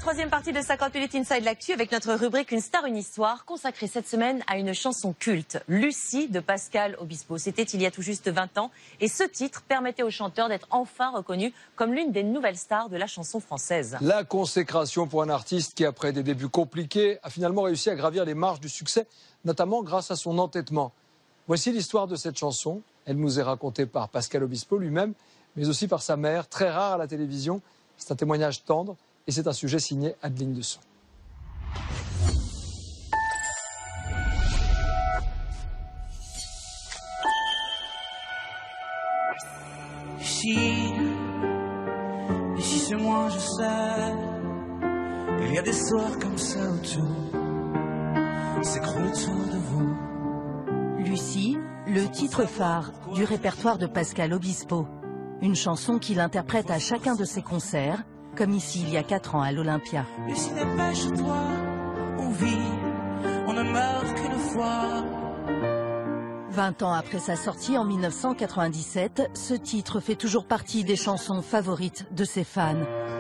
troisième partie de 50 minutes Inside l'actu avec notre rubrique Une star, une histoire, consacrée cette semaine à une chanson culte, Lucie de Pascal Obispo. C'était il y a tout juste 20 ans et ce titre permettait au chanteur d'être enfin reconnu comme l'une des nouvelles stars de la chanson française. La consécration pour un artiste qui, après des débuts compliqués, a finalement réussi à gravir les marches du succès, notamment grâce à son entêtement. Voici l'histoire de cette chanson. Elle nous est racontée par Pascal Obispo lui-même, mais aussi par sa mère, très rare à la télévision. C'est un témoignage tendre et c'est un sujet signé Adeline Dusson. Ici c'est moi, je sais. Il y a des soirs comme ça autour, c'est creux autour de vous. Lucie, le titre phare du répertoire de Pascal Obispo. Une chanson qu'il interprète à chacun de ses concerts, comme ici il y a 4 ans à l'Olympia. Lucie n'est pas chez toi, on vit, on ne meurt qu'une fois. 20 ans après sa sortie en 1997, ce titre fait toujours partie des chansons favorites de ses fans.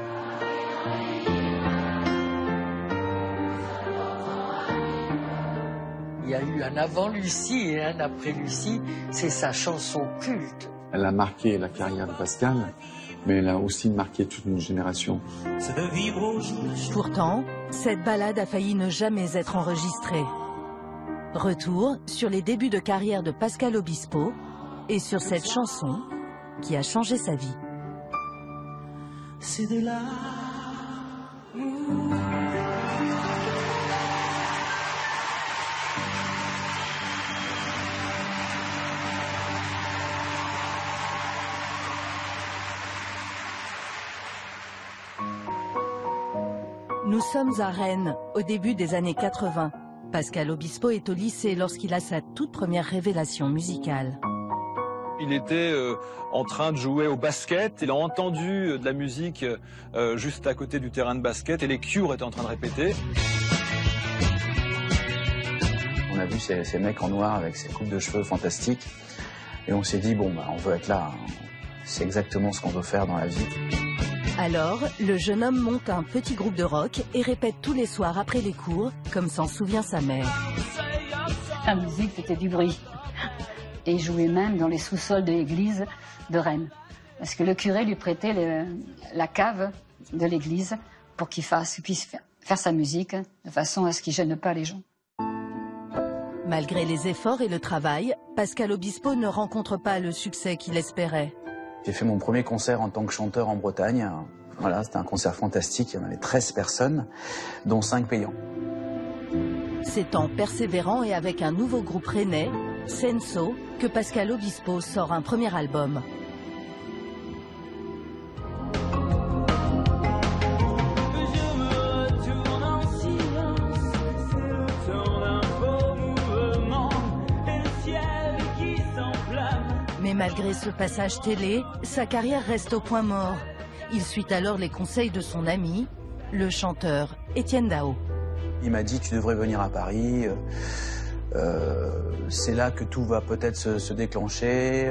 Il y a eu un avant Lucie et un après Lucie, c'est sa chanson culte. Elle a marqué la carrière de Pascal, mais elle a aussi marqué toute une génération. Pourtant, cette ballade a failli ne jamais être enregistrée. Retour sur les débuts de carrière de Pascal Obispo et sur cette chanson qui a changé sa vie. C'est de là. Nous sommes à Rennes, au début des années 80. Pascal Obispo est au lycée lorsqu'il a sa toute première révélation musicale. Il était en train de jouer au basket, il a entendu de la musique juste à côté du terrain de basket et les Cure étaient en train de répéter. On a vu ces mecs en noir avec ces coupes de cheveux fantastiques et on s'est dit, bon, bah, on veut être là, c'est exactement ce qu'on veut faire dans la vie. Alors, le jeune homme monte un petit groupe de rock et répète tous les soirs après les cours, comme s'en souvient sa mère. La musique, c'était du bruit. Et il jouait même dans les sous-sols de l'église de Rennes. Parce que le curé lui prêtait la cave de l'église pour qu'il puisse faire sa musique de façon à ce qu'il ne gêne pas les gens. Malgré les efforts et le travail, Pascal Obispo ne rencontre pas le succès qu'il espérait. J'ai fait mon premier concert en tant que chanteur en Bretagne. Voilà, c'était un concert fantastique. Il y en avait 13 personnes, dont 5 payants. C'est en persévérant et avec un nouveau groupe rennais, Senso, que Pascal Obispo sort un premier album. Mais malgré ce passage télé, sa carrière reste au point mort. Il suit alors les conseils de son ami, le chanteur Étienne Dao. Il m'a dit, tu devrais venir à Paris, c'est là que tout va peut-être se déclencher,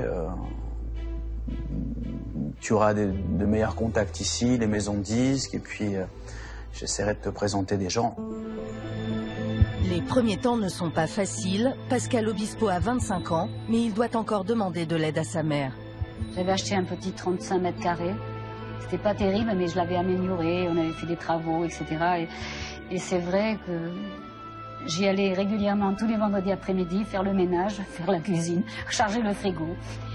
tu auras de meilleurs contacts ici, les maisons de disques, et puis j'essaierai de te présenter des gens. Les premiers temps ne sont pas faciles. Pascal Obispo a 25 ans, mais il doit encore demander de l'aide à sa mère. J'avais acheté un petit 35 mètres carrés. C'était pas terrible, mais je l'avais amélioré. On avait fait des travaux, etc. Et c'est vrai que j'y allais régulièrement tous les vendredis après-midi faire le ménage, faire la cuisine, charger le frigo.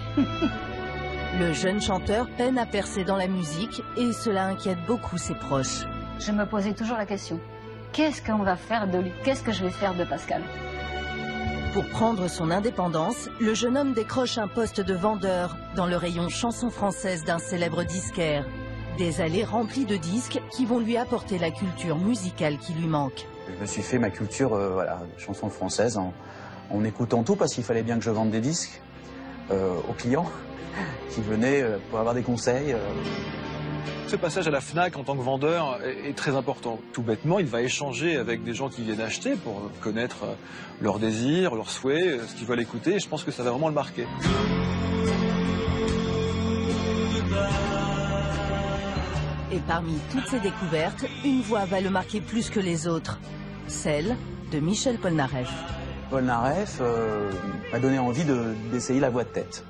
Le jeune chanteur peine à percer dans la musique et cela inquiète beaucoup ses proches. Je me posais toujours la question. Qu'est-ce qu'on va faire de lui? Qu'est-ce que je vais faire de Pascal? Pour prendre son indépendance, le jeune homme décroche un poste de vendeur dans le rayon chansons françaises d'un célèbre disquaire. Des allées remplies de disques qui vont lui apporter la culture musicale qui lui manque. Je me suis fait ma culture voilà, chansons françaises en écoutant tout parce qu'il fallait bien que je vende des disques aux clients qui venaient pour avoir des conseils. Ce passage à la FNAC en tant que vendeur est très important. Tout bêtement, il va échanger avec des gens qui viennent acheter pour connaître leurs désirs, leurs souhaits, ce qu'ils veulent écouter. Et je pense que ça va vraiment le marquer. Et Et parmi toutes ces découvertes, une voix va le marquer plus que les autres, celle de Michel Polnareff. Polnareff m'a donné envie d'essayer la voix de tête.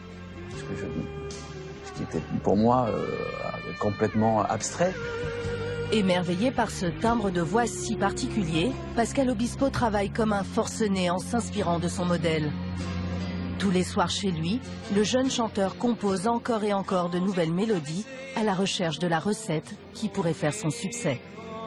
Ce qui était pour moi complètement abstrait. Émerveillé par ce timbre de voix si particulier, Pascal Obispo travaille comme un forcené en s'inspirant de son modèle. Tous les soirs chez lui, le jeune chanteur compose encore et encore de nouvelles mélodies à la recherche de la recette qui pourrait faire son succès.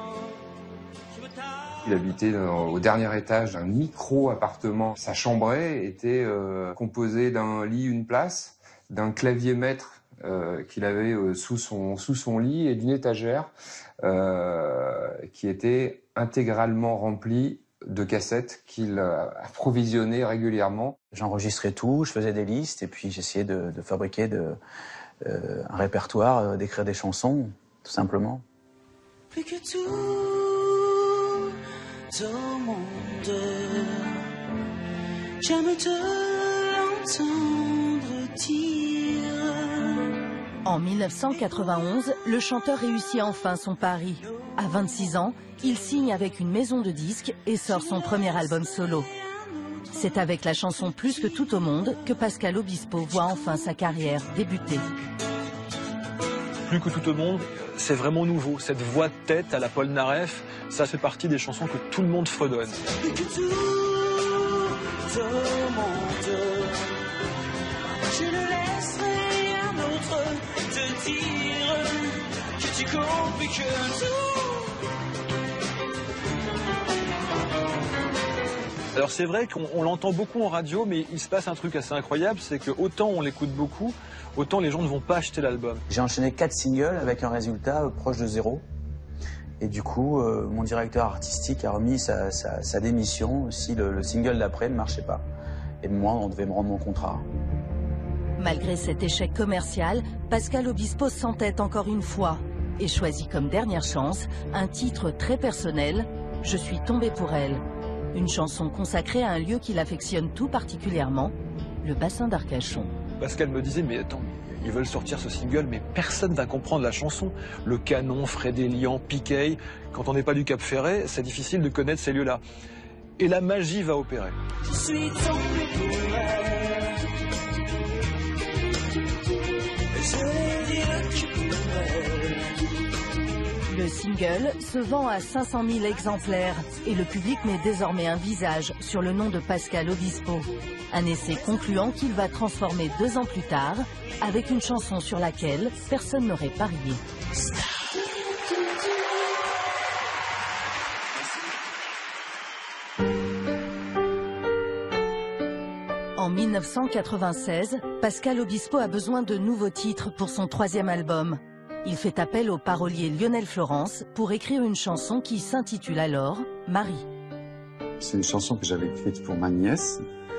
Il habitait au dernier étage d'un micro-appartement. Sa chambrée était composée d'un lit, une place, d'un clavier maître qu'il avait sous son lit et d'une étagère qui était intégralement remplie de cassettes qu'il approvisionnait régulièrement. J'enregistrais tout, je faisais des listes et puis j'essayais de fabriquer un répertoire, d'écrire des chansons, tout simplement. Plus que tout au monde, j'aime te l'entendre dire. En 1991, le chanteur réussit enfin son pari. À 26 ans, il signe avec une maison de disques et sort son premier album solo. C'est avec la chanson Plus que tout au monde que Pascal Obispo voit enfin sa carrière débuter. Plus que tout au monde, c'est vraiment nouveau. Cette voix de tête à la Polnareff, ça fait partie des chansons que tout le monde fredonne. Plus que tout au monde, je ne laisserai rien d'autre te dire que tu comptes plus que tout. Alors c'est vrai qu'on l'entend beaucoup en radio, mais il se passe un truc assez incroyable, c'est que autant on l'écoute beaucoup, autant les gens ne vont pas acheter l'album. J'ai enchaîné 4 singles avec un résultat proche de 0. Et du coup, mon directeur artistique a remis sa démission si le single d'après ne marchait pas. Et moi, on devait me rendre mon contrat. Malgré cet échec commercial, Pascal Obispo s'entête encore une fois et choisit comme dernière chance un titre très personnel, « Je suis tombé pour elle ». Une chanson consacrée à un lieu qu'il affectionne tout particulièrement, le bassin d'Arcachon. Pascal me disait, mais attends, ils veulent sortir ce single, mais personne ne va comprendre la chanson. Le Canon, Frédélian, Piquet, quand on n'est pas du Cap Ferret, c'est difficile de connaître ces lieux-là. Et la magie va opérer. Je suis tombé pour elle. Je vais dire que pour elle. Le single se vend à 500 000 exemplaires et le public met désormais un visage sur le nom de Pascal Obispo. Un essai concluant qu'il va transformer 2 ans plus tard avec une chanson sur laquelle personne n'aurait parié. En 1996, Pascal Obispo a besoin de nouveaux titres pour son 3e album. Il fait appel au parolier Lionel Florence pour écrire une chanson qui s'intitule alors « Marie ». C'est une chanson que j'avais écrite pour ma nièce.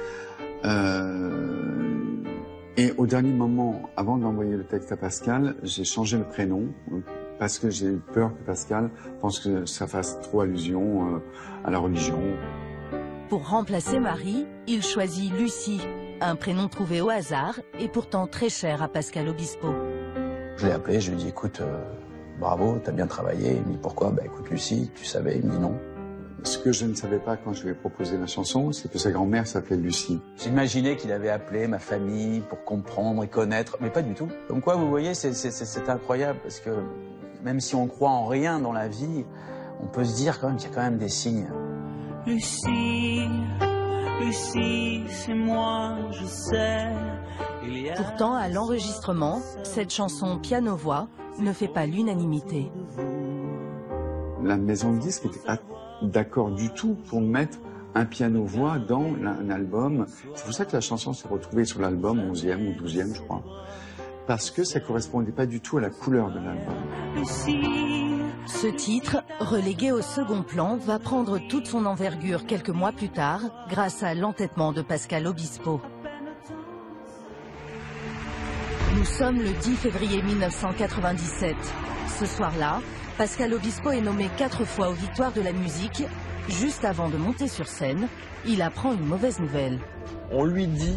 Et au dernier moment, avant d'envoyer le texte à Pascal, j'ai changé le prénom parce que j'ai eu peur que Pascal pense que ça fasse trop allusion à la religion. Pour remplacer Marie, il choisit Lucie, un prénom trouvé au hasard et pourtant très cher à Pascal Obispo. Je l'ai appelé, je lui ai dit, écoute, bravo, t'as bien travaillé. Il me dit, pourquoi? Bah écoute, Lucie, tu savais? Il me dit non. Ce que je ne savais pas quand je lui ai proposé la chanson, c'est que sa grand-mère s'appelait Lucie. J'imaginais qu'il avait appelé ma famille pour comprendre et connaître, mais pas du tout. Comme quoi, vous voyez, c'est incroyable, parce que même si on croit en rien dans la vie, on peut se dire quand même qu'il y a quand même des signes. Lucie, Lucie, c'est moi, je sais. Pourtant, à l'enregistrement, cette chanson piano-voix ne fait pas l'unanimité. La maison de disques n'était pas d'accord du tout pour mettre un piano-voix dans un album. C'est pour ça que la chanson s'est retrouvée sur l'album 11e ou 12e, je crois. Parce que ça ne correspondait pas du tout à la couleur de l'album. Ce titre, relégué au second plan, va prendre toute son envergure quelques mois plus tard grâce à l'entêtement de Pascal Obispo. Nous sommes le 10 février 1997. Ce soir-là, Pascal Obispo est nommé 4 fois aux Victoires de la musique. Juste avant de monter sur scène, il apprend une mauvaise nouvelle. On lui dit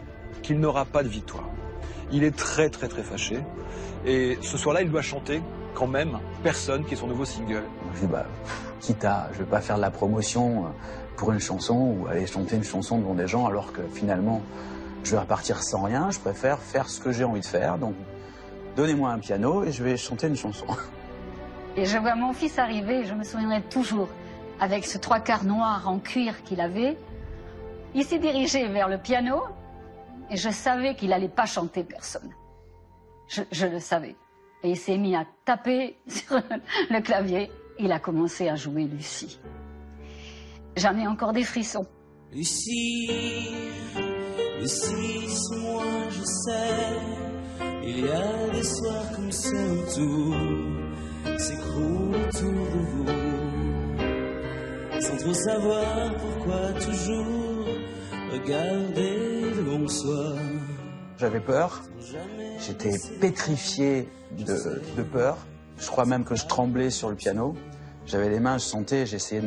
qu'il n'aura pas de victoire. Il est très fâché. Et ce soir-là, il doit chanter quand même personne qui est son nouveau single. Je dis, quitte à, je vais pas faire de la promotion pour une chanson ou aller chanter une chanson devant des gens alors que finalement je vais repartir sans rien. Je préfère faire ce que j'ai envie de faire. Donc donnez-moi un piano et je vais chanter une chanson. Et je vois mon fils arriver, je me souviendrai toujours, avec ce 3/4 noir en cuir qu'il avait. Il s'est dirigé vers le piano et je savais qu'il n'allait pas chanter personne. Je le savais. Et il s'est mis à taper sur le clavier. Il a commencé à jouer Lucie. J'en ai encore des frissons. Lucie, Lucie, c'est moi, je sais. Il y a des soirs comme ça où tout s'écroule autour de vous. Sans trop savoir pourquoi toujours regarder devant soi. J'avais peur, j'étais pétrifié de peur. Je crois même que je tremblais sur le piano. J'avais les mains, je sentais, j'essayais de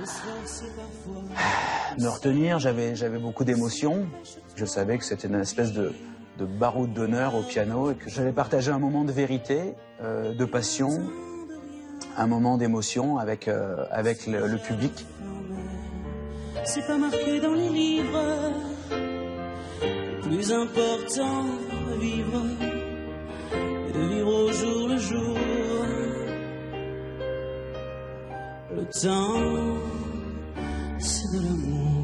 me retenir. J'avais beaucoup d'émotions. Je savais que c'était une espèce de baroud d'honneur au piano et que j'allais partager un moment de vérité, de passion, un moment d'émotion avec le public. C'est pas marqué dans les livres. Plus important à vivre et de vivre au jour le jour. Le temps, c'est de l'amour.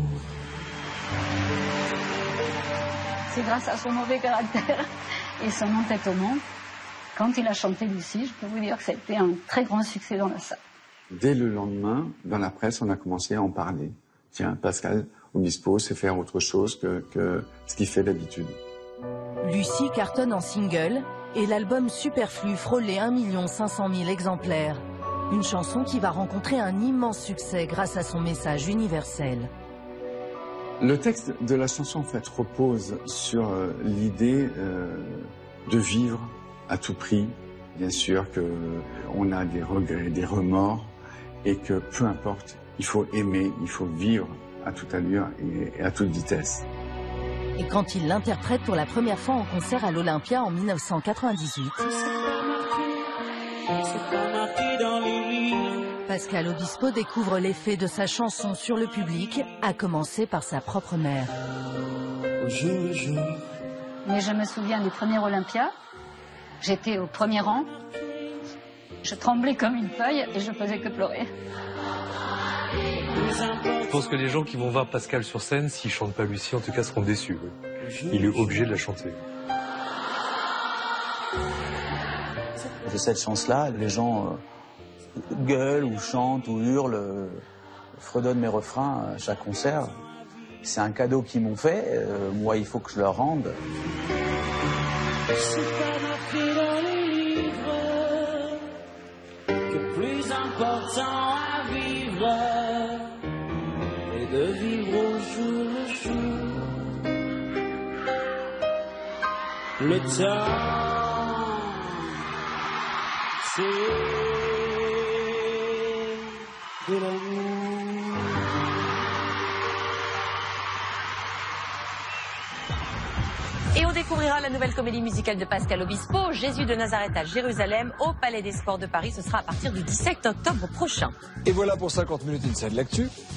C'est grâce à son mauvais caractère et son entêtement. Quand il a chanté Lucie, je peux vous dire que ça a été un très grand succès dans la salle. Dès le lendemain, dans la presse, on a commencé à en parler. Tiens, Pascal Obispo sait faire autre chose que ce qu'il fait d'habitude. Lucie cartonne en single et l'album Superflu frôle les 1 500 000 exemplaires. Une chanson qui va rencontrer un immense succès grâce à son message universel. Le texte de la chanson, en fait, repose sur l'idée de vivre à tout prix. Bien sûr qu'on a des regrets, des remords, et que peu importe, il faut aimer, il faut vivre à toute allure et à toute vitesse. Et quand il l'interprète pour la première fois en concert à l'Olympia en 1998, Pascal Obispo découvre l'effet de sa chanson sur le public, à commencer par sa propre mère. Mais je me souviens du premier Olympia. J'étais au premier rang. Je tremblais comme une feuille et je faisais que pleurer. Je pense que les gens qui vont voir Pascal sur scène, s'il ne chante pas Lucie, en tout cas, seront déçus. Oui. Il est obligé de la chanter. J'ai cette chance-là, les gens gueulent ou chantent ou hurlent, fredonnent mes refrains à chaque concert. C'est un cadeau qu'ils m'ont fait, moi il faut que je leur rende. C'est pas marqué dans les livres que plus important à vivre est de vivre au jour le jour. Le temps, c'est de l'amour. Et on découvrira la nouvelle comédie musicale de Pascal Obispo, Jésus de Nazareth à Jérusalem, au Palais des Sports de Paris. Ce sera à partir du 17 octobre prochain. Et voilà pour 50 minutes Inside L'actu.